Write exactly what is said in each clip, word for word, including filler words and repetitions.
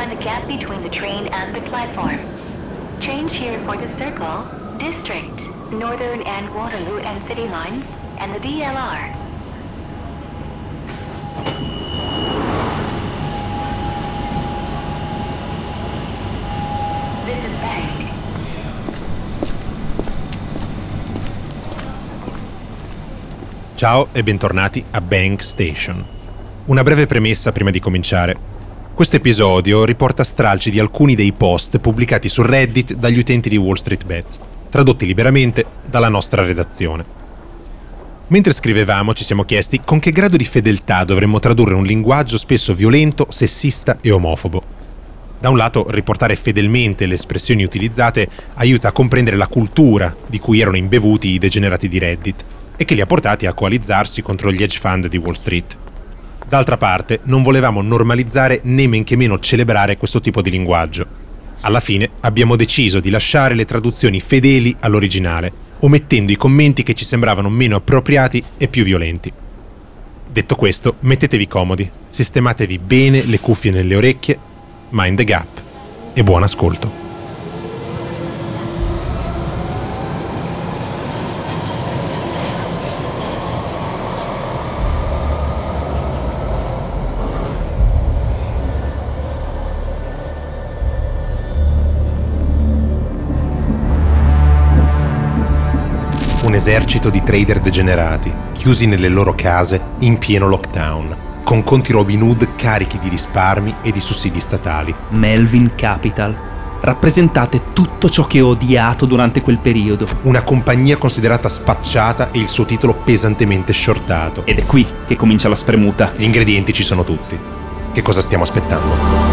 find the gap between the train and the platform. Change here for the Circle, District, Northern and Waterloo and City lines, and the D L R. This is Bank. Ciao e bentornati a Bank Station. Una breve premessa prima di cominciare. Questo episodio riporta stralci di alcuni dei post pubblicati su Reddit dagli utenti di Wall Street Bets, tradotti liberamente dalla nostra redazione. Mentre scrivevamo ci siamo chiesti con che grado di fedeltà dovremmo tradurre un linguaggio spesso violento, sessista e omofobo. Da un lato, riportare fedelmente le espressioni utilizzate aiuta a comprendere la cultura di cui erano imbevuti i degenerati di Reddit e che li ha portati a coalizzarsi contro gli hedge fund di Wall Street. D'altra parte, non volevamo normalizzare né men che meno celebrare questo tipo di linguaggio. Alla fine abbiamo deciso di lasciare le traduzioni fedeli all'originale, omettendo i commenti che ci sembravano meno appropriati e più violenti. Detto questo, mettetevi comodi, sistematevi bene le cuffie nelle orecchie, mind the gap e buon ascolto. Un esercito di trader degenerati, chiusi nelle loro case in pieno lockdown, con conti Robin Hood carichi di risparmi e di sussidi statali. Melvin Capital. Rappresentate tutto ciò che ho odiato durante quel periodo. Una compagnia considerata spacciata e il suo titolo pesantemente shortato. Ed è qui che comincia la spremuta. Gli ingredienti ci sono tutti. Che cosa stiamo aspettando?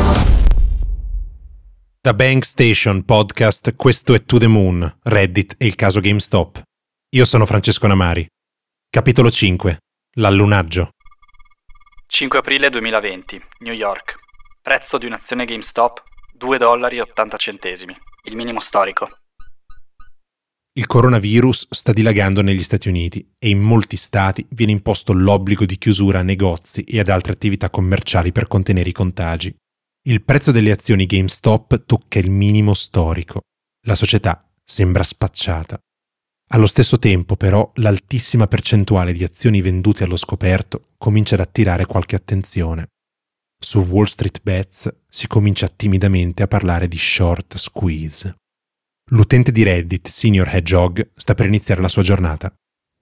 Da Bank Station Podcast, questo è To The Moon, Reddit e il caso GameStop. Io sono Francesco Namari. Capitolo cinque. L'allunaggio. cinque aprile duemilaventi, New York. Prezzo di un'azione GameStop due dollari e ottanta centesimi, il minimo storico. Il coronavirus sta dilagando negli Stati Uniti e in molti stati viene imposto l'obbligo di chiusura a negozi e ad altre attività commerciali per contenere i contagi. Il prezzo delle azioni GameStop tocca il minimo storico. La società sembra spacciata. Allo stesso tempo, però, l'altissima percentuale di azioni vendute allo scoperto comincia ad attirare qualche attenzione. Su Wall Street Bets si comincia timidamente a parlare di short squeeze. L'utente di Reddit, Senior Hedgehog, sta per iniziare la sua giornata.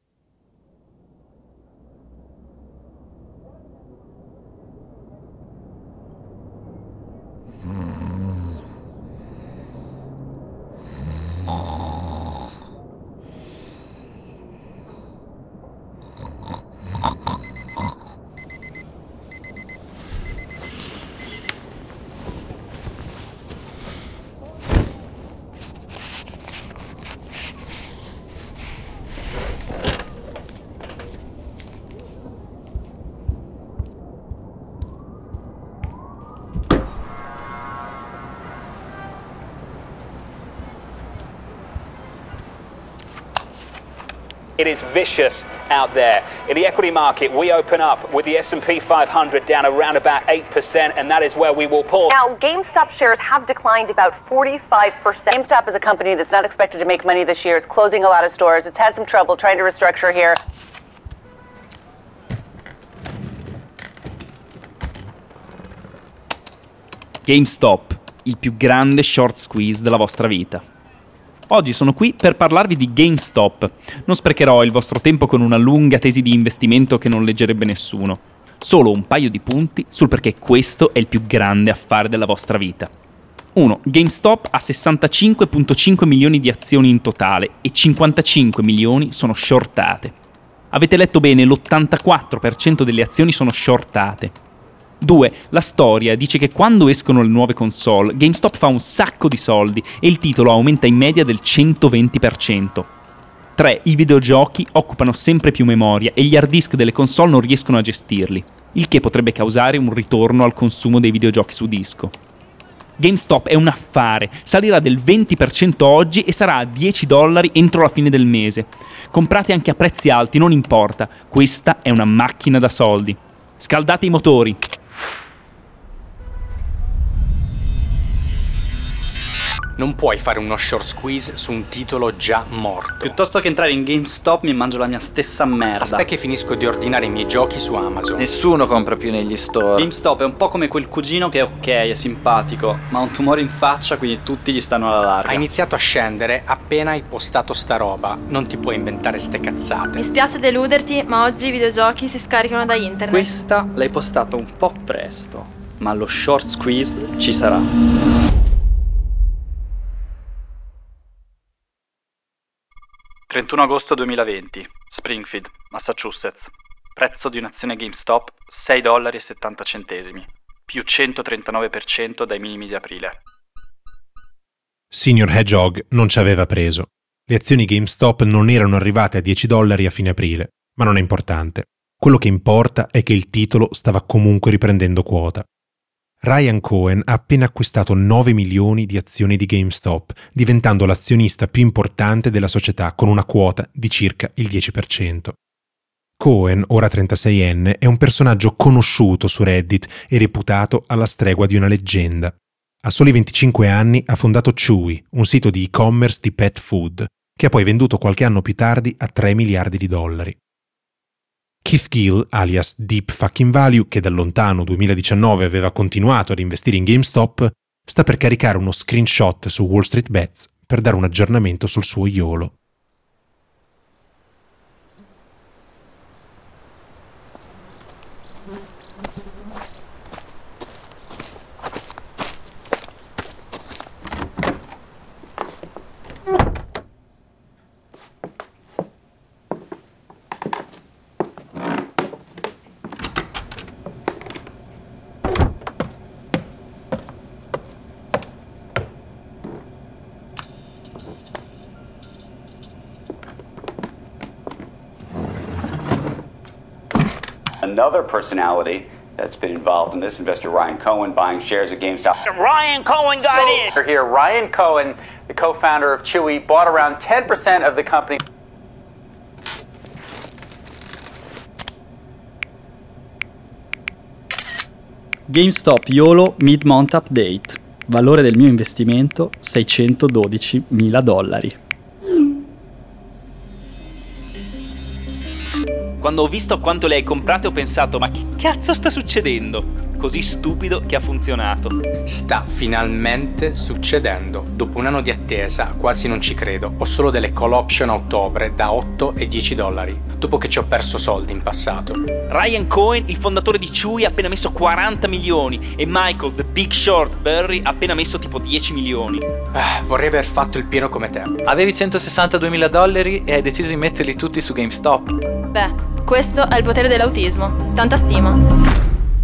It is vicious out there. In the equity market, we open up with the S and P five hundred down around about eight percent, and that is where we will pull. Now, GameStop shares have declined about forty-five percent. GameStop is a company that's not expected to make money this year. It's closing a lot of stores. It's had some trouble trying to restructure here. GameStop, il più grande short squeeze della vostra vita. Oggi sono qui per parlarvi di GameStop. Non sprecherò il vostro tempo con una lunga tesi di investimento che non leggerebbe nessuno. Solo un paio di punti sul perché questo è il più grande affare della vostra vita. uno. GameStop ha sessantacinque virgola cinque milioni di azioni in totale e cinquantacinque milioni sono shortate. Avete letto bene, l'ottantaquattro per cento delle azioni sono shortate. due. La storia dice che quando escono le nuove console, GameStop fa un sacco di soldi e il titolo aumenta in media del centoventi per cento. tre. I videogiochi occupano sempre più memoria e gli hard disk delle console non riescono a gestirli, il che potrebbe causare un ritorno al consumo dei videogiochi su disco. GameStop è un affare, salirà del venti per cento oggi e sarà a dieci dollari entro la fine del mese. Comprate anche a prezzi alti, non importa, questa è una macchina da soldi. Scaldate i motori! Non puoi fare uno short squeeze su un titolo già morto. Piuttosto che entrare in GameStop mi mangio la mia stessa merda. Aspetta che finisco di ordinare i miei giochi su Amazon. Nessuno compra più negli store. GameStop è un po' come quel cugino che è ok, è simpatico, ma ha un tumore in faccia, quindi tutti gli stanno alla larga. Ha iniziato a scendere appena hai postato sta roba. Non ti puoi inventare ste cazzate. Mi spiace deluderti, ma oggi i videogiochi si scaricano da internet. Questa l'hai postata un po' presto, ma lo short squeeze ci sarà. trentuno agosto duemilaventi, Springfield, Massachusetts. Prezzo di un'azione GameStop sei dollari e settanta centesimi, più centotrentanove per cento dai minimi di aprile. Senior Hedgehog non ci aveva preso. Le azioni GameStop non erano arrivate a dieci dollari a fine aprile, ma non è importante. Quello che importa è che il titolo stava comunque riprendendo quota. Ryan Cohen ha appena acquistato nove milioni di azioni di GameStop, diventando l'azionista più importante della società con una quota di circa il dieci per cento. Cohen, ora trentaseienne, è un personaggio conosciuto su Reddit e reputato alla stregua di una leggenda. A soli venticinque anni ha fondato Chewy, un sito di e-commerce di pet food, che ha poi venduto qualche anno più tardi a tre miliardi di dollari. Keith Gill, alias Deep Fucking Value, che dal lontano duemiladiciannove aveva continuato ad investire in GameStop, sta per caricare uno screenshot su Wall Street Bets per dare un aggiornamento sul suo YOLO. Another personality that's been involved in this, investor Ryan Cohen, buying shares of GameStop. Ryan Cohen got so, in. Here, Ryan Cohen, the co-founder of Chewy, bought around ten percent of the company. GameStop YOLO Mid-Month Update. Valore del mio investimento seicentododicimila dollari. Quando ho visto quanto le hai comprate ho pensato, ma che cazzo sta succedendo? Così stupido che ha funzionato. Sta finalmente succedendo. Dopo un anno di attesa, quasi non ci credo. Ho solo delle call option a ottobre da otto e dieci dollari, dopo che ci ho perso soldi in passato. Ryan Cohen, il fondatore di Chewy, ha appena messo quaranta milioni e Michael, The Big Short Burry, ha appena messo tipo dieci milioni. Ah, vorrei aver fatto il pieno come te. Avevi centosessantaduemila dollari e hai deciso di metterli tutti su GameStop. Beh, questo è il potere dell'autismo. Tanta stima.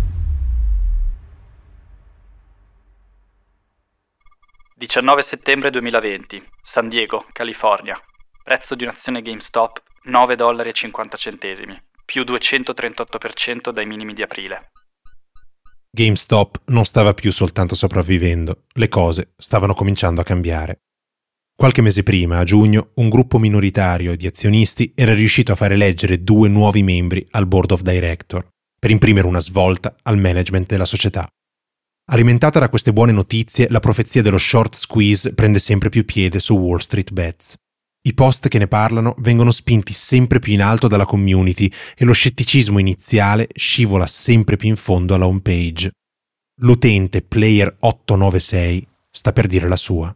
diciannove settembre duemilaventi, San Diego, California. Prezzo di un'azione GameStop nove dollari e cinquanta centesimi, più duecentotrentotto per cento dai minimi di aprile. GameStop non stava più soltanto sopravvivendo, le cose stavano cominciando a cambiare. Qualche mese prima, a giugno, un gruppo minoritario di azionisti era riuscito a far eleggere due nuovi membri al Board of Director, per imprimere una svolta al management della società. Alimentata da queste buone notizie, la profezia dello short squeeze prende sempre più piede su Wall Street Bets. I post che ne parlano vengono spinti sempre più in alto dalla community e lo scetticismo iniziale scivola sempre più in fondo alla homepage. L'utente Player ottocentonovantasei sta per dire la sua.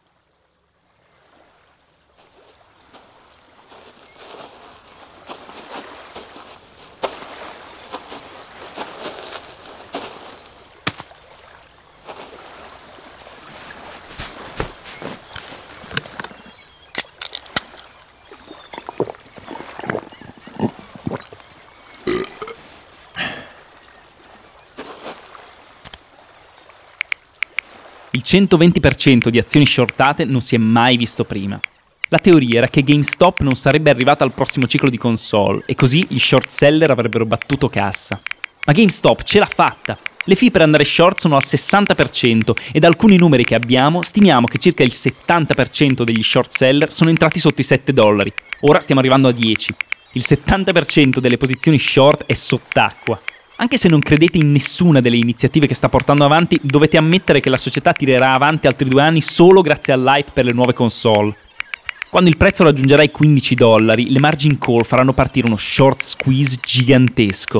Il centoventi per cento di azioni shortate non si è mai visto prima. La teoria era che GameStop non sarebbe arrivata al prossimo ciclo di console e così gli short seller avrebbero battuto cassa. Ma GameStop ce l'ha fatta! Le fee per andare short sono al sessanta per cento e da alcuni numeri che abbiamo stimiamo che circa il settanta per cento degli short seller sono entrati sotto i sette dollari. Ora stiamo arrivando a dieci. Il settanta per cento delle posizioni short è sott'acqua. Anche se non credete in nessuna delle iniziative che sta portando avanti, dovete ammettere che la società tirerà avanti altri due anni solo grazie all'hype per le nuove console. Quando il prezzo raggiungerà i quindici dollari, le margin call faranno partire uno short squeeze gigantesco.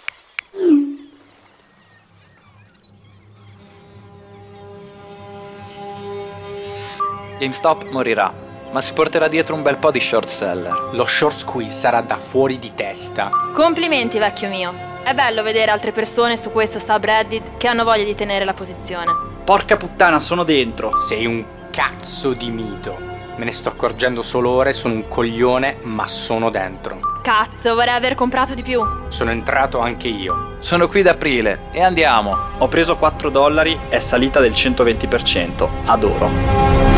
GameStop morirà, ma si porterà dietro un bel po' di short seller. Lo short squeeze sarà da fuori di testa. Complimenti, vecchio mio. È bello vedere altre persone su questo subreddit che hanno voglia di tenere la posizione. Porca puttana, sono dentro. Sei un cazzo di mito. Me ne sto accorgendo solo ora e sono un coglione, ma sono dentro. Cazzo, vorrei aver comprato di più. Sono entrato anche io. Sono qui da aprile e andiamo. Ho preso quattro dollari, è salita del centoventi per cento. Adoro.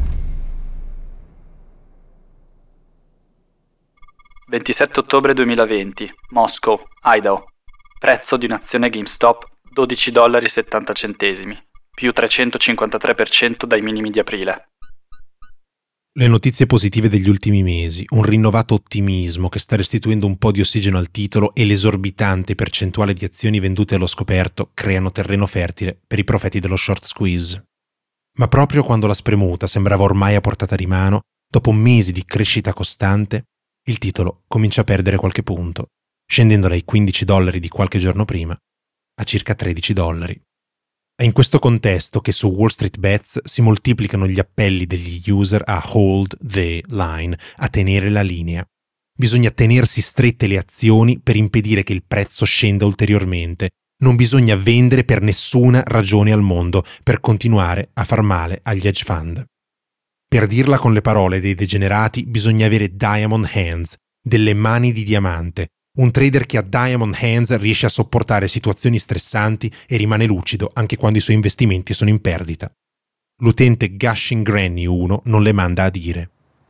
ventisette ottobre duemilaventi, Moscow, Idaho. Prezzo di un'azione GameStop dodici dollari e settanta centesimi, più trecentocinquantatré per cento dai minimi di aprile. Le notizie positive degli ultimi mesi, un rinnovato ottimismo che sta restituendo un po' di ossigeno al titolo e l'esorbitante percentuale di azioni vendute allo scoperto creano terreno fertile per i profeti dello short squeeze. Ma proprio quando la spremuta sembrava ormai a portata di mano, dopo mesi di crescita costante, il titolo comincia a perdere qualche punto, scendendo dai quindici dollari di qualche giorno prima a circa tredici dollari. È in questo contesto che su Wall Street Bets si moltiplicano gli appelli degli user a hold the line, a tenere la linea. Bisogna tenersi strette le azioni per impedire che il prezzo scenda ulteriormente. Non bisogna vendere per nessuna ragione al mondo per continuare a far male agli hedge fund. Per dirla con le parole dei degenerati, bisogna avere diamond hands, delle mani di diamante. Un trader che ha diamond hands riesce a sopportare situazioni stressanti e rimane lucido anche quando i suoi investimenti sono in perdita. L'utente Gushing Granny uno non le manda a dire.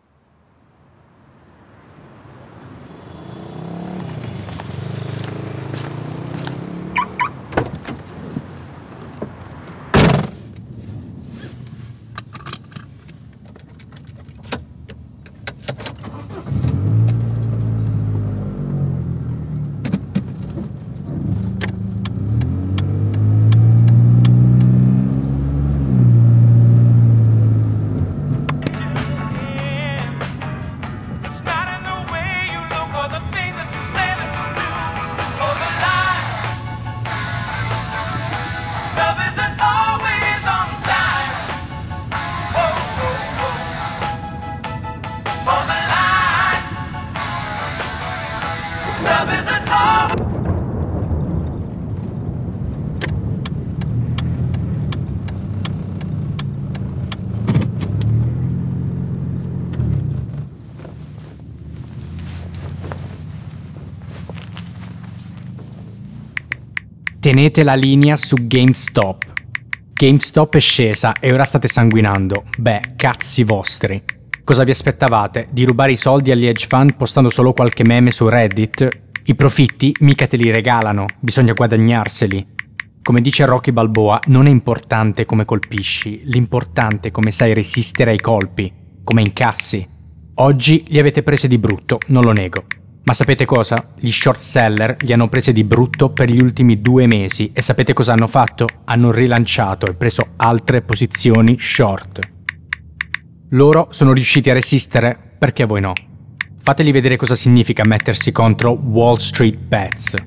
Tenete la linea su GameStop. GameStop è scesa e ora state sanguinando. Beh, cazzi vostri. Cosa vi aspettavate? Di rubare i soldi agli hedge fund postando solo qualche meme su Reddit? I profitti mica te li regalano, bisogna guadagnarseli. Come dice Rocky Balboa, non è importante come colpisci, l'importante è come sai resistere ai colpi, come incassi. Oggi li avete presi di brutto, non lo nego. Ma sapete cosa? Gli short seller li hanno presi di brutto per gli ultimi due mesi e sapete cosa hanno fatto? Hanno rilanciato e preso altre posizioni short. Loro sono riusciti a resistere, perché voi no? Fateli vedere cosa significa mettersi contro Wall Street Bets.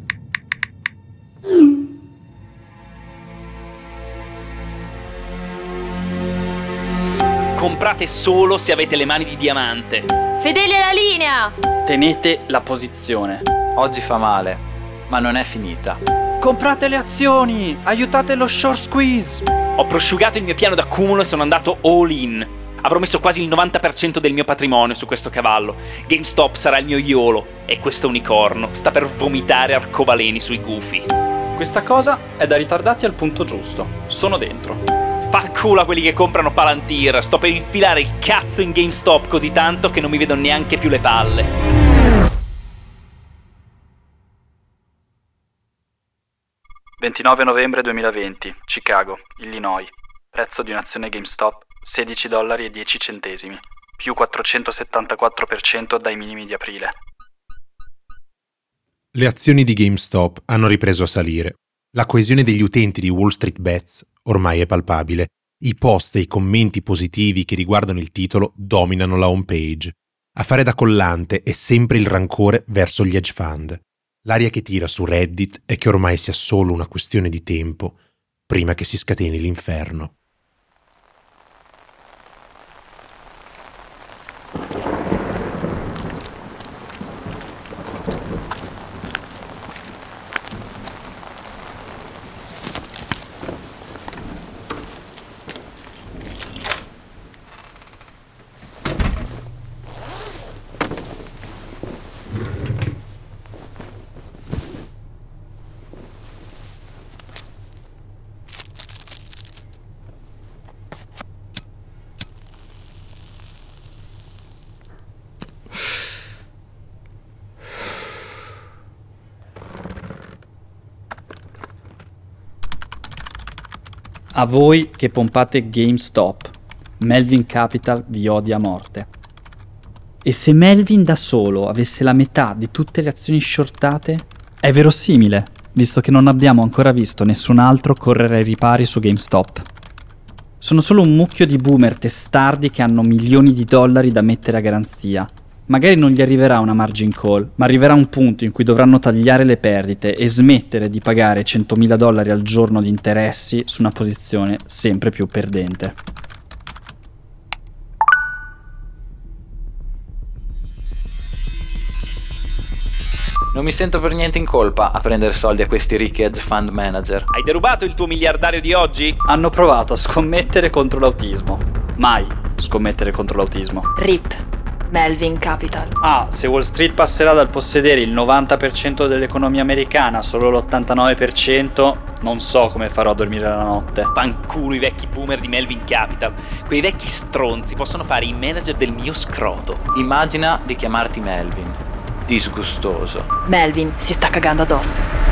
Comprate solo se avete le mani di diamante. Fedeli alla linea! Tenete la posizione. Oggi fa male, ma non è finita. Comprate le azioni! Aiutate lo short squeeze! Ho prosciugato il mio piano d'accumulo e sono andato all in. Avrò messo quasi il novanta per cento del mio patrimonio su questo cavallo. GameStop sarà il mio iolo e questo unicorno sta per vomitare arcobaleni sui gufi. Questa cosa è da ritardati al punto giusto. Sono dentro. Fa culo a quelli che comprano Palantir. Sto per infilare il cazzo in GameStop così tanto che non mi vedo neanche più le palle. ventinove novembre duemilaventi, Chicago, Illinois. Prezzo di un'azione GameStop sedici dollari e dieci centesimi, più quattrocentosettantaquattro per cento dai minimi di aprile. Le azioni di GameStop hanno ripreso a salire. La coesione degli utenti di Wall Street Bets ormai è palpabile. I post e i commenti positivi che riguardano il titolo dominano la homepage. A fare da collante è sempre il rancore verso gli hedge fund. L'aria che tira su Reddit è che ormai sia solo una questione di tempo prima che si scateni l'inferno. A voi che pompate GameStop, Melvin Capital vi odia a morte. E se Melvin da solo avesse la metà di tutte le azioni shortate, è verosimile, visto che non abbiamo ancora visto nessun altro correre ai ripari su GameStop. Sono solo un mucchio di boomer testardi che hanno milioni di dollari da mettere a garanzia. Magari non gli arriverà una margin call, ma arriverà un punto in cui dovranno tagliare le perdite e smettere di pagare centomila dollari al giorno di interessi su una posizione sempre più perdente. Non mi sento per niente in colpa a prendere soldi a questi ricchi hedge fund manager. Hai derubato il tuo miliardario di oggi? Hanno provato a scommettere contro l'autismo. Mai scommettere contro l'autismo. R I P. Melvin Capital. Ah, se Wall Street passerà dal possedere il novanta per cento dell'economia americana solo l'ottantanove per cento, non so come farò a dormire la notte. Fanculo i vecchi boomer di Melvin Capital. Quei vecchi stronzi possono fare i manager del mio scroto. Immagina di chiamarti Melvin. Disgustoso. Melvin si sta cagando addosso.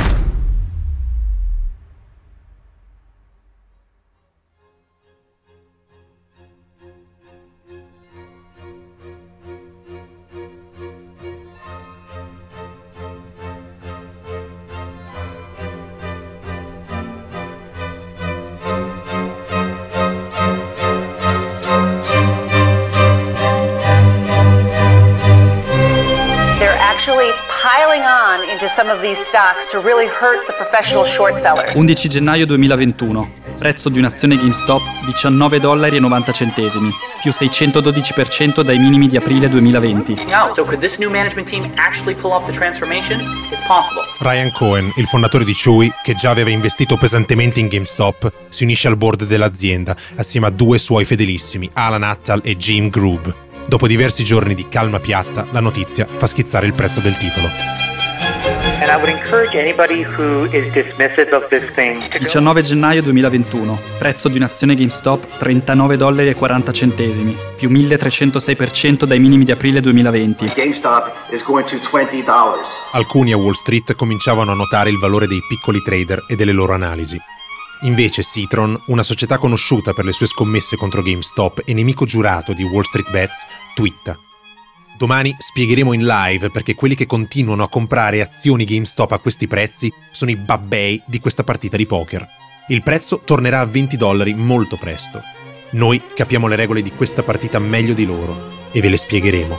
Actually piling on into some of these stocks to really hurt the professional short sellers. undici gennaio duemilaventuno. Prezzo di un'azione GameStop diciannove dollari e novanta centesimi, più seicentododici per cento dai minimi di aprile duemilaventi. No, so could this new management team actually pull off the transformation? It's possible. Ryan Cohen, il fondatore di Chewy, che già aveva investito pesantemente in GameStop, si unisce al board dell'azienda assieme a due suoi fedelissimi, Alan Attal e Jim Grube. Dopo diversi giorni di calma piatta, la notizia fa schizzare il prezzo del titolo. And I would encourage anybody who is dismissive of this thing to go. diciannove gennaio duemilaventuno. Prezzo di un'azione GameStop trentanove dollari e quaranta centesimi, più milletrecentosei per cento dai minimi di aprile duemilaventi. GameStop is going to twenty dollars. Alcuni a Wall Street cominciavano a notare il valore dei piccoli trader e delle loro analisi. Invece Citron, una società conosciuta per le sue scommesse contro GameStop e nemico giurato di Wall Street Bets, twitta: domani spiegheremo in live perché quelli che continuano a comprare azioni GameStop a questi prezzi sono i babbei di questa partita di poker. Il prezzo tornerà a venti dollari molto presto. Noi capiamo le regole di questa partita meglio di loro e ve le spiegheremo.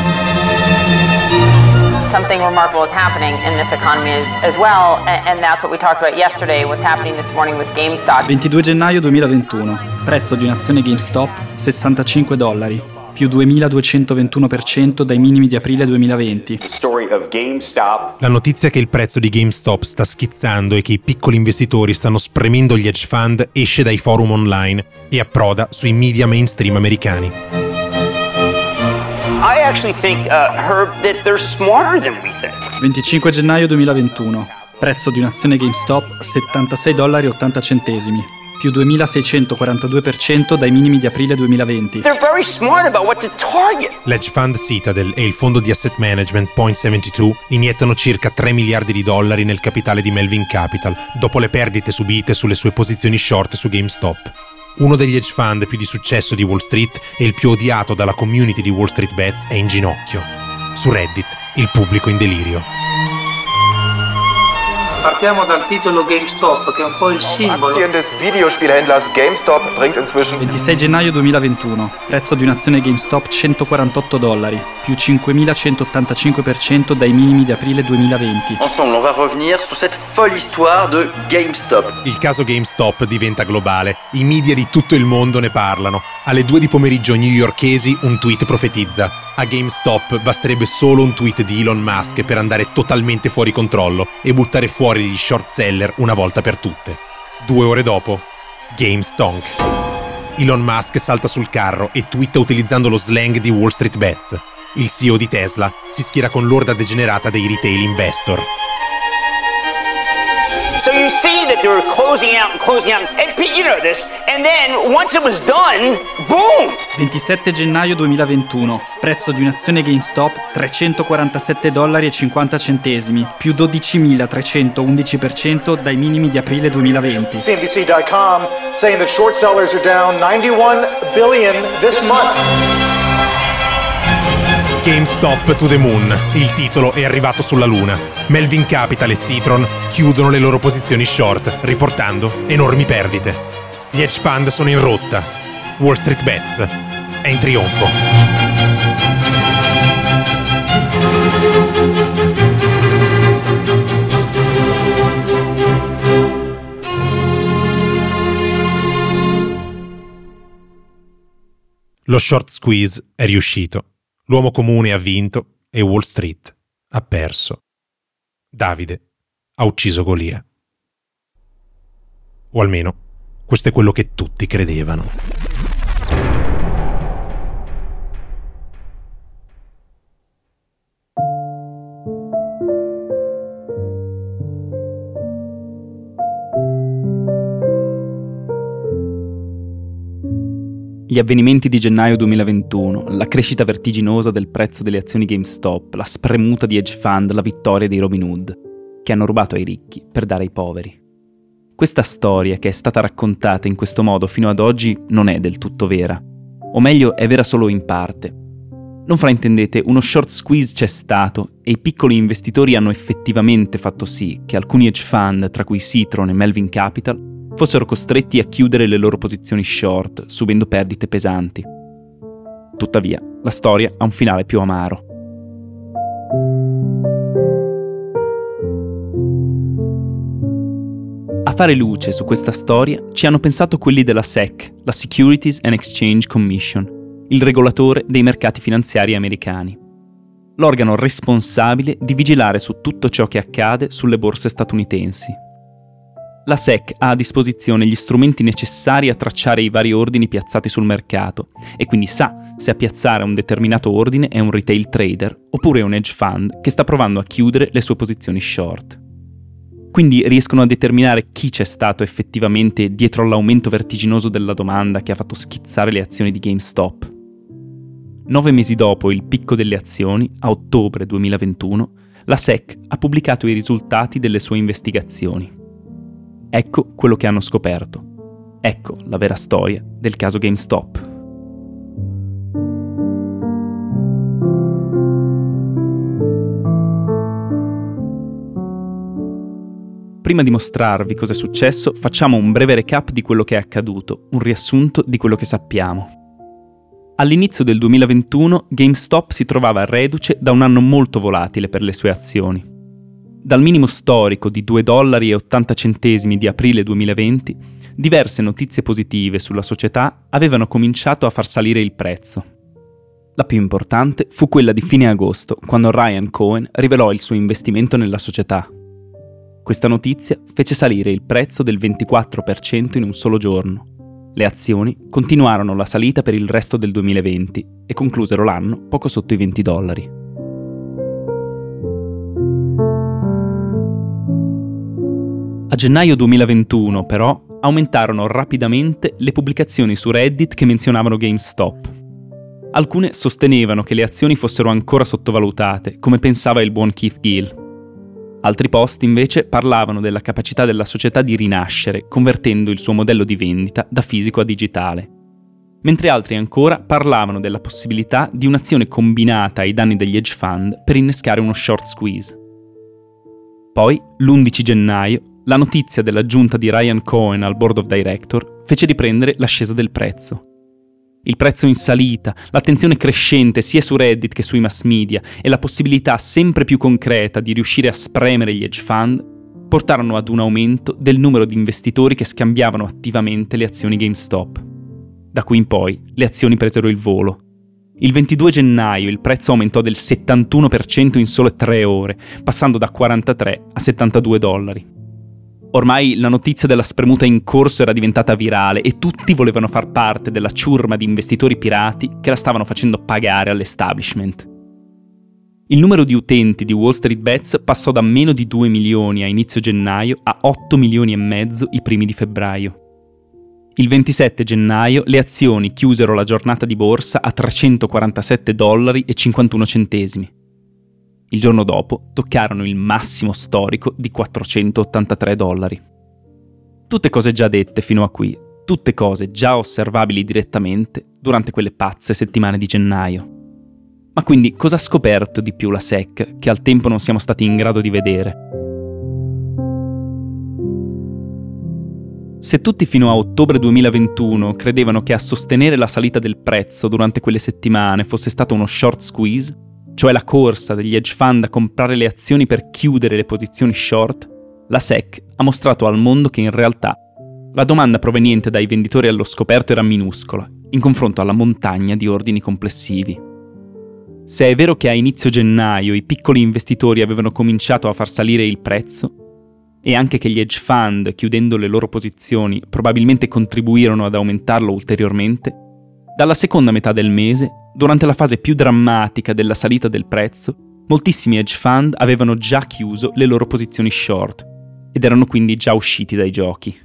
Something remarkable is happening in this economy as well, and that's what we talked about yesterday, what's happening this morning with GameStop. ventidue gennaio duemilaventuno. Prezzo di un'azione GameStop sessantacinque dollari, più duemiladuecentoventuno per cento dai minimi di aprile duemilaventi. La notizia che il prezzo di GameStop sta schizzando e che i piccoli investitori stanno spremendo gli hedge fund esce dai forum online e approda sui media mainstream americani. I actually think, uh, Herb, that they're smarter than we think. venticinque gennaio duemilaventuno. Prezzo di un'azione GameStop settantasei dollari e ottanta centesimi, più duemilaseicentoquarantadue per cento dai minimi di aprile duemilaventi. They're very smart about what to target. L'hedge fund Citadel e il fondo di asset management Point settantadue iniettano circa tre miliardi di dollari nel capitale di Melvin Capital dopo le perdite subite sulle sue posizioni short su GameStop. Uno degli hedge fund più di successo di Wall Street e il più odiato dalla community di Wall Street Bets è in ginocchio. Su Reddit, il pubblico in delirio. Partiamo dal titolo GameStop, che è un po' il simbolo. Aktien des Videospielhändlers GameStop bringt inzwischen ventisei gennaio duemilaventuno, prezzo di un'azione GameStop centoquarantotto dollari, più cinquemilacentottantacinque per cento dai minimi di aprile duemilaventi. Ensemble, on va revenir su cette folle histoire de GameStop. Il caso GameStop diventa globale, i media di tutto il mondo ne parlano. Alle due di pomeriggio newyorkesi un tweet profetizza: a GameStop basterebbe solo un tweet di Elon Musk per andare totalmente fuori controllo e buttare fuori gli short seller una volta per tutte. Due ore dopo, GameStonk. Elon Musk salta sul carro e twitta utilizzando lo slang di Wall Street Bets. Il C E O di Tesla si schiera con l'orda degenerata dei retail investor. So you see that they were closing out and closing out, and Pete, you know this, and then once it was done, boom! ventisette gennaio duemilaventuno, prezzo di un'azione GameStop trecentoquarantasette dollari e cinquanta centesimi, più dodicimilatrecentoundici per cento dai minimi di aprile duemilaventi. C N B C dot com saying that short sellers are down ninety-one billion this month. GameStop to the Moon. Il titolo è arrivato sulla Luna. Melvin Capital e Citron chiudono le loro posizioni short, riportando enormi perdite. Gli hedge fund sono in rotta. Wall Street Bets è in trionfo. Lo short squeeze è riuscito. L'uomo comune ha vinto e Wall Street ha perso. Davide ha ucciso Golia. O almeno, questo è quello che tutti credevano. Gli avvenimenti di gennaio duemilaventuno, la crescita vertiginosa del prezzo delle azioni GameStop, la spremuta di hedge fund, la vittoria dei Robin Hood, che hanno rubato ai ricchi per dare ai poveri. Questa storia, che è stata raccontata in questo modo fino ad oggi, non è del tutto vera. O meglio, è vera solo in parte. Non fraintendete, uno short squeeze c'è stato e i piccoli investitori hanno effettivamente fatto sì che alcuni hedge fund, tra cui Citron e Melvin Capital, fossero costretti a chiudere le loro posizioni short, subendo perdite pesanti. Tuttavia, la storia ha un finale più amaro. A fare luce su questa storia ci hanno pensato quelli della S E C, la Securities and Exchange Commission, il regolatore dei mercati finanziari americani, l'organo responsabile di vigilare su tutto ciò che accade sulle borse statunitensi. La S E C ha a disposizione gli strumenti necessari a tracciare i vari ordini piazzati sul mercato e quindi sa se a piazzare un determinato ordine è un retail trader oppure un hedge fund che sta provando a chiudere le sue posizioni short. Quindi riescono a determinare chi c'è stato effettivamente dietro all'aumento vertiginoso della domanda che ha fatto schizzare le azioni di GameStop. Nove mesi dopo il picco delle azioni, a ottobre duemilaventuno, la S E C ha pubblicato i risultati delle sue investigazioni. Ecco quello che hanno scoperto. Ecco la vera storia del caso GameStop. Prima di mostrarvi cosa è successo, facciamo un breve recap di quello che è accaduto, un riassunto di quello che sappiamo. All'inizio del duemilaventuno, GameStop si trovava reduce da un anno molto volatile per le sue azioni. Dal minimo storico di due dollari e ottanta centesimi di aprile duemilaventi, diverse notizie positive sulla società avevano cominciato a far salire il prezzo. La più importante fu quella di fine agosto, quando Ryan Cohen rivelò il suo investimento nella società. Questa notizia fece salire il prezzo del ventiquattro per cento in un solo giorno. Le azioni continuarono la salita per il resto del duemilaventi e conclusero l'anno poco sotto i venti dollari. A gennaio duemilaventuno, però, aumentarono rapidamente le pubblicazioni su Reddit che menzionavano GameStop. Alcune sostenevano che le azioni fossero ancora sottovalutate, come pensava il buon Keith Gill. Altri post, invece, parlavano della capacità della società di rinascere, convertendo il suo modello di vendita da fisico a digitale. Mentre altri ancora parlavano della possibilità di un'azione combinata ai danni degli hedge fund per innescare uno short squeeze. Poi, l'undici gennaio, la notizia della giunta di Ryan Cohen al Board of Director fece riprendere l'ascesa del prezzo. Il prezzo in salita, l'attenzione crescente sia su Reddit che sui mass media e la possibilità sempre più concreta di riuscire a spremere gli hedge fund portarono ad un aumento del numero di investitori che scambiavano attivamente le azioni GameStop. Da qui in poi le azioni presero il volo. Il ventidue gennaio il prezzo aumentò del settantuno per cento in sole tre ore, passando da quarantatré a settantadue dollari. Ormai la notizia della spremuta in corso era diventata virale e tutti volevano far parte della ciurma di investitori pirati che la stavano facendo pagare all'establishment. Il numero di utenti di Wall Street Bets passò da meno di due milioni a inizio gennaio a otto milioni e mezzo i primi di febbraio. Il ventisette gennaio le azioni chiusero la giornata di borsa a trecentoquarantasette dollari e cinquantuno centesimi. Il giorno dopo toccarono il massimo storico di quattrocentottantatré dollari. Tutte cose già dette fino a qui, tutte cose già osservabili direttamente durante quelle pazze settimane di gennaio. Ma quindi cosa ha scoperto di più la S E C che al tempo non siamo stati in grado di vedere? Se tutti fino a ottobre duemilaventuno credevano che a sostenere la salita del prezzo durante quelle settimane fosse stato uno short squeeze, cioè la corsa degli hedge fund a comprare le azioni per chiudere le posizioni short, la S E C ha mostrato al mondo che in realtà la domanda proveniente dai venditori allo scoperto era minuscola, in confronto alla montagna di ordini complessivi. Se è vero che a inizio gennaio i piccoli investitori avevano cominciato a far salire il prezzo, e anche che gli hedge fund, chiudendo le loro posizioni, probabilmente contribuirono ad aumentarlo ulteriormente, dalla seconda metà del mese, durante la fase più drammatica della salita del prezzo, moltissimi hedge fund avevano già chiuso le loro posizioni short ed erano quindi già usciti dai giochi.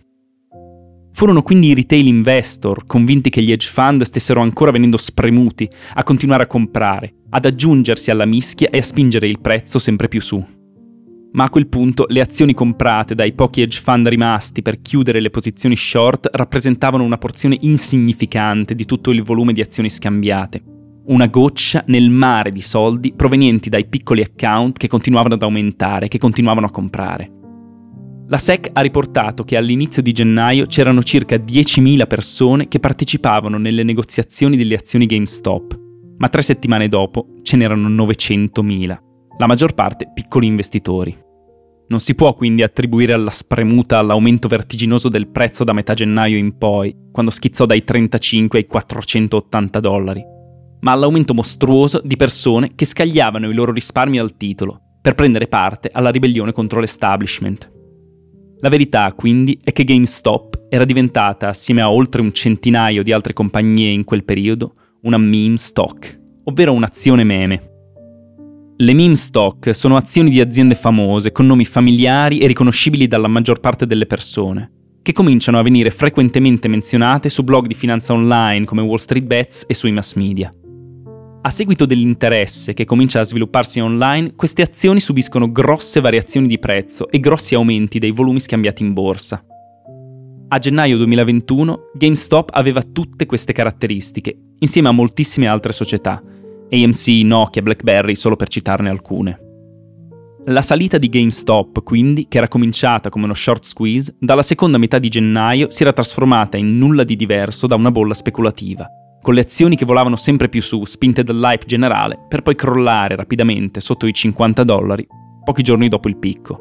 Furono quindi i retail investor, convinti che gli hedge fund stessero ancora venendo spremuti, a continuare a comprare, ad aggiungersi alla mischia e a spingere il prezzo sempre più su. Ma a quel punto le azioni comprate dai pochi hedge fund rimasti per chiudere le posizioni short rappresentavano una porzione insignificante di tutto il volume di azioni scambiate, una goccia nel mare di soldi provenienti dai piccoli account che continuavano ad aumentare, che continuavano a comprare. La S E C ha riportato che all'inizio di gennaio c'erano circa diecimila persone che partecipavano nelle negoziazioni delle azioni GameStop, ma tre settimane dopo ce n'erano novecentomila. La maggior parte piccoli investitori. Non si può quindi attribuire alla spremuta l'aumento vertiginoso del prezzo da metà gennaio in poi, quando schizzò dai trentacinque ai quattrocentottanta dollari, ma all'aumento mostruoso di persone che scagliavano i loro risparmi al titolo per prendere parte alla ribellione contro l'establishment. La verità, quindi, è che GameStop era diventata, assieme a oltre un centinaio di altre compagnie in quel periodo, una meme stock, ovvero un'azione meme. Le meme stock sono azioni di aziende famose, con nomi familiari e riconoscibili dalla maggior parte delle persone, che cominciano a venire frequentemente menzionate su blog di finanza online come Wall Street Bets e sui mass media. A seguito dell'interesse che comincia a svilupparsi online, queste azioni subiscono grosse variazioni di prezzo e grossi aumenti dei volumi scambiati in borsa. A gennaio duemilaventuno GameStop aveva tutte queste caratteristiche, insieme a moltissime altre società, A M C, Nokia, BlackBerry, solo per citarne alcune. La salita di GameStop, quindi, che era cominciata come uno short squeeze, dalla seconda metà di gennaio si era trasformata in nulla di diverso da una bolla speculativa, con le azioni che volavano sempre più su, spinte dall'hype generale, per poi crollare rapidamente sotto i cinquanta dollari, pochi giorni dopo il picco.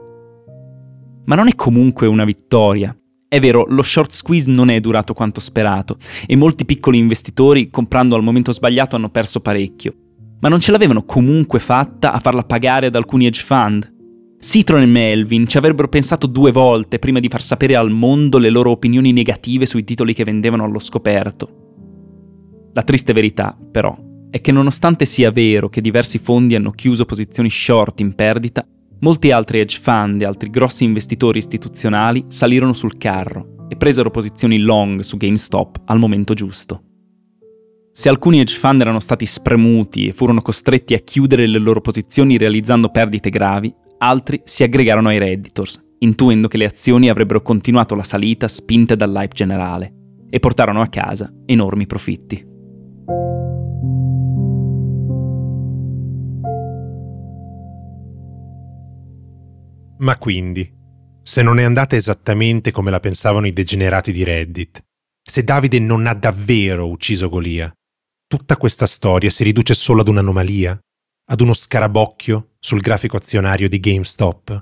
Ma non è comunque una vittoria. È vero, lo short squeeze non è durato quanto sperato e molti piccoli investitori, comprando al momento sbagliato, hanno perso parecchio. Ma non ce l'avevano comunque fatta a farla pagare ad alcuni hedge fund? Citron e Melvin ci avrebbero pensato due volte prima di far sapere al mondo le loro opinioni negative sui titoli che vendevano allo scoperto. La triste verità, però, è che nonostante sia vero che diversi fondi hanno chiuso posizioni short in perdita, molti altri hedge fund e altri grossi investitori istituzionali salirono sul carro e presero posizioni long su GameStop al momento giusto. Se alcuni hedge fund erano stati spremuti e furono costretti a chiudere le loro posizioni realizzando perdite gravi, altri si aggregarono ai redditors, intuendo che le azioni avrebbero continuato la salita spinte dall'hype generale e portarono a casa enormi profitti. Ma quindi, se non è andata esattamente come la pensavano i degenerati di Reddit, se Davide non ha davvero ucciso Golia, tutta questa storia si riduce solo ad un'anomalia, ad uno scarabocchio sul grafico azionario di GameStop?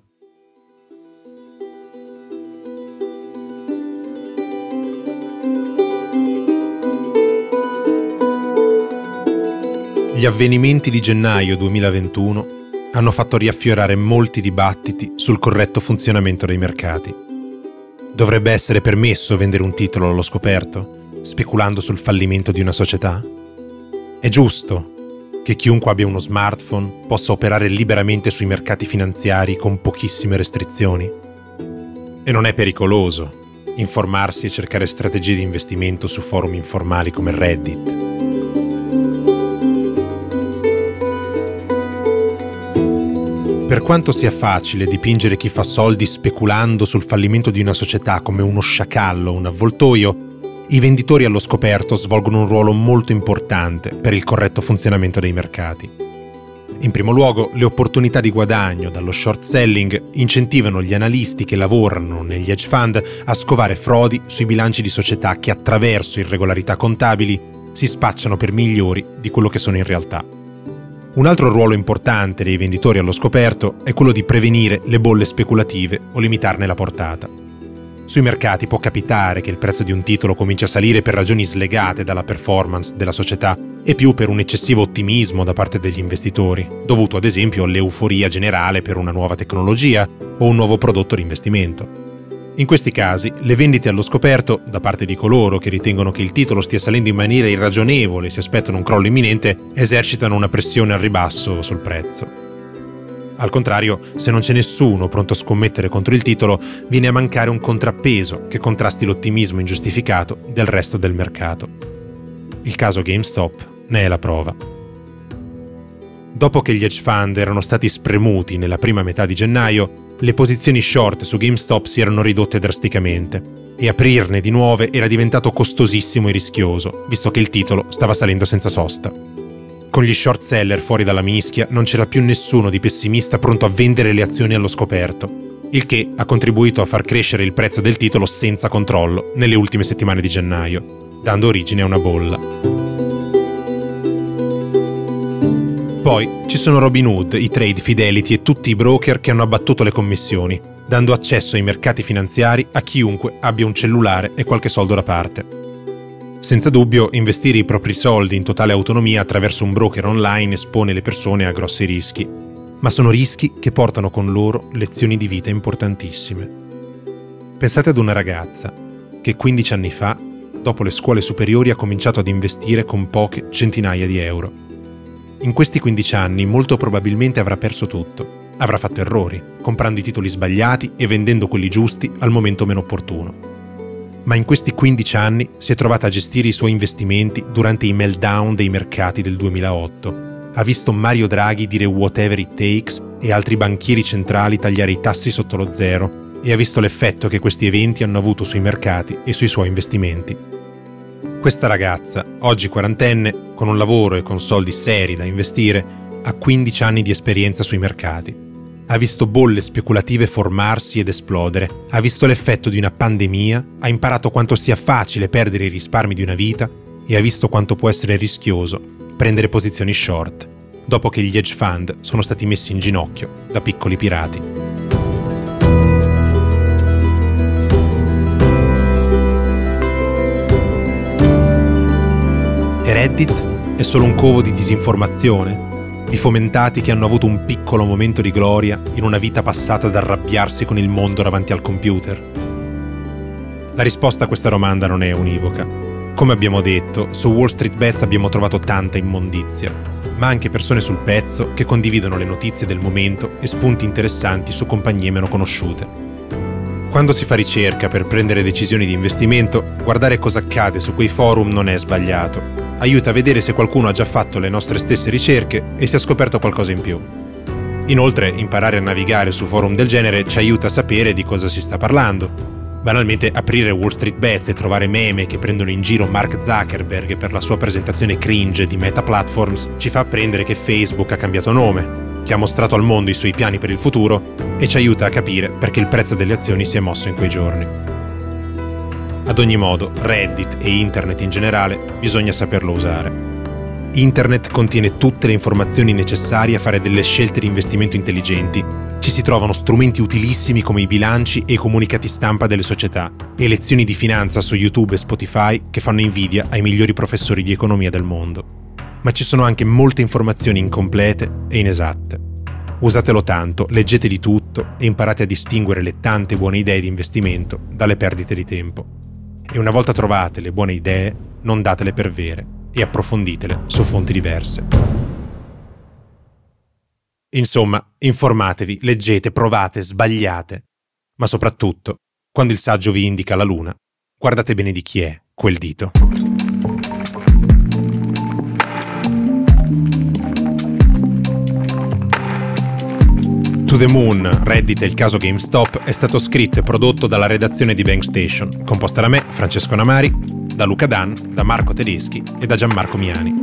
Gli avvenimenti di gennaio duemilaventuno hanno fatto riaffiorare molti dibattiti sul corretto funzionamento dei mercati. Dovrebbe essere permesso vendere un titolo allo scoperto, speculando sul fallimento di una società? È giusto che chiunque abbia uno smartphone possa operare liberamente sui mercati finanziari con pochissime restrizioni? E non è pericoloso informarsi e cercare strategie di investimento su forum informali come Reddit? Per quanto sia facile dipingere chi fa soldi speculando sul fallimento di una società come uno sciacallo, un avvoltoio, i venditori allo scoperto svolgono un ruolo molto importante per il corretto funzionamento dei mercati. In primo luogo, le opportunità di guadagno dallo short selling incentivano gli analisti che lavorano negli hedge fund a scovare frodi sui bilanci di società che attraverso irregolarità contabili si spacciano per migliori di quello che sono in realtà. Un altro ruolo importante dei venditori allo scoperto è quello di prevenire le bolle speculative o limitarne la portata. Sui mercati può capitare che il prezzo di un titolo cominci a salire per ragioni slegate dalla performance della società e più per un eccessivo ottimismo da parte degli investitori, dovuto ad esempio all'euforia generale per una nuova tecnologia o un nuovo prodotto di investimento. In questi casi, le vendite allo scoperto, da parte di coloro che ritengono che il titolo stia salendo in maniera irragionevole e si aspettano un crollo imminente, esercitano una pressione al ribasso sul prezzo. Al contrario, se non c'è nessuno pronto a scommettere contro il titolo, viene a mancare un contrappeso che contrasti l'ottimismo ingiustificato del resto del mercato. Il caso GameStop ne è la prova. Dopo che gli hedge fund erano stati spremuti nella prima metà di gennaio, le posizioni short su GameStop si erano ridotte drasticamente e aprirne di nuove era diventato costosissimo e rischioso, visto che il titolo stava salendo senza sosta. Con gli short seller fuori dalla mischia non c'era più nessuno di pessimista pronto a vendere le azioni allo scoperto, il che ha contribuito a far crescere il prezzo del titolo senza controllo nelle ultime settimane di gennaio, dando origine a una bolla. Poi ci sono Robinhood, i Trade, Fidelity e tutti i broker che hanno abbattuto le commissioni, dando accesso ai mercati finanziari a chiunque abbia un cellulare e qualche soldo da parte. Senza dubbio, investire i propri soldi in totale autonomia attraverso un broker online espone le persone a grossi rischi, ma sono rischi che portano con loro lezioni di vita importantissime. Pensate ad una ragazza che quindici anni fa, dopo le scuole superiori, ha cominciato ad investire con poche centinaia di euro. In questi quindici anni molto probabilmente avrà perso tutto, avrà fatto errori, comprando i titoli sbagliati e vendendo quelli giusti al momento meno opportuno. Ma in questi quindici anni si è trovata a gestire i suoi investimenti durante i meltdown dei mercati del duemilaotto. Ha visto Mario Draghi dire whatever it takes e altri banchieri centrali tagliare i tassi sotto lo zero e ha visto l'effetto che questi eventi hanno avuto sui mercati e sui suoi investimenti. Questa ragazza, oggi quarantenne, con un lavoro e con soldi seri da investire, ha quindici anni di esperienza sui mercati. Ha visto bolle speculative formarsi ed esplodere, ha visto l'effetto di una pandemia, ha imparato quanto sia facile perdere i risparmi di una vita e ha visto quanto può essere rischioso prendere posizioni short, dopo che gli hedge fund sono stati messi in ginocchio da piccoli pirati. E Reddit è solo un covo di disinformazione, di fomentati che hanno avuto un piccolo momento di gloria in una vita passata ad arrabbiarsi con il mondo davanti al computer? La risposta a questa domanda non è univoca. Come abbiamo detto, su Wall Street Bets abbiamo trovato tanta immondizia, ma anche persone sul pezzo che condividono le notizie del momento e spunti interessanti su compagnie meno conosciute. Quando si fa ricerca per prendere decisioni di investimento, guardare cosa accade su quei forum non è sbagliato. Aiuta a vedere se qualcuno ha già fatto le nostre stesse ricerche e si è scoperto qualcosa in più. Inoltre, imparare a navigare su forum del genere ci aiuta a sapere di cosa si sta parlando. Banalmente, aprire Wall Street Bets e trovare meme che prendono in giro Mark Zuckerberg per la sua presentazione cringe di Meta Platforms ci fa apprendere che Facebook ha cambiato nome, che ha mostrato al mondo i suoi piani per il futuro e ci aiuta a capire perché il prezzo delle azioni si è mosso in quei giorni. Ad ogni modo, Reddit e Internet in generale bisogna saperlo usare. Internet contiene tutte le informazioni necessarie a fare delle scelte di investimento intelligenti. Ci si trovano strumenti utilissimi come i bilanci e i comunicati stampa delle società e lezioni di finanza su YouTube e Spotify che fanno invidia ai migliori professori di economia del mondo. Ma ci sono anche molte informazioni incomplete e inesatte. Usatelo tanto, leggete di tutto e imparate a distinguere le tante buone idee di investimento dalle perdite di tempo. E una volta trovate le buone idee, non datele per vere e approfonditele su fonti diverse. Insomma, informatevi, leggete, provate, sbagliate. Ma soprattutto, quando il saggio vi indica la luna, guardate bene di chi è quel dito. To the Moon, Reddit e il caso GameStop è stato scritto e prodotto dalla redazione di Bank Station, composta da me, Francesco Namari, da Luca Dan, da Marco Tedeschi e da Gianmarco Miani.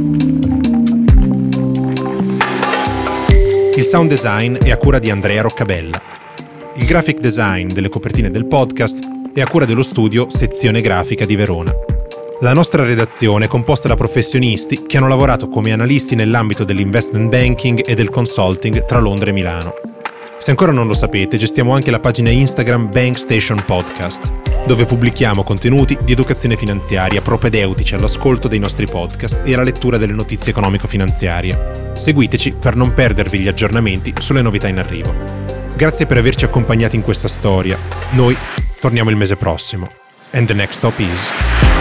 Il sound design è a cura di Andrea Roccabella. Il graphic design delle copertine del podcast è a cura dello studio Sezione Grafica di Verona. La nostra redazione è composta da professionisti che hanno lavorato come analisti nell'ambito dell'investment banking e del consulting tra Londra e Milano. Se ancora non lo sapete, gestiamo anche la pagina Instagram Bank Station Podcast, dove pubblichiamo contenuti di educazione finanziaria propedeutici all'ascolto dei nostri podcast e alla lettura delle notizie economico-finanziarie. Seguiteci per non perdervi gli aggiornamenti sulle novità in arrivo. Grazie per averci accompagnati in questa storia. Noi torniamo il mese prossimo. And the next stop is...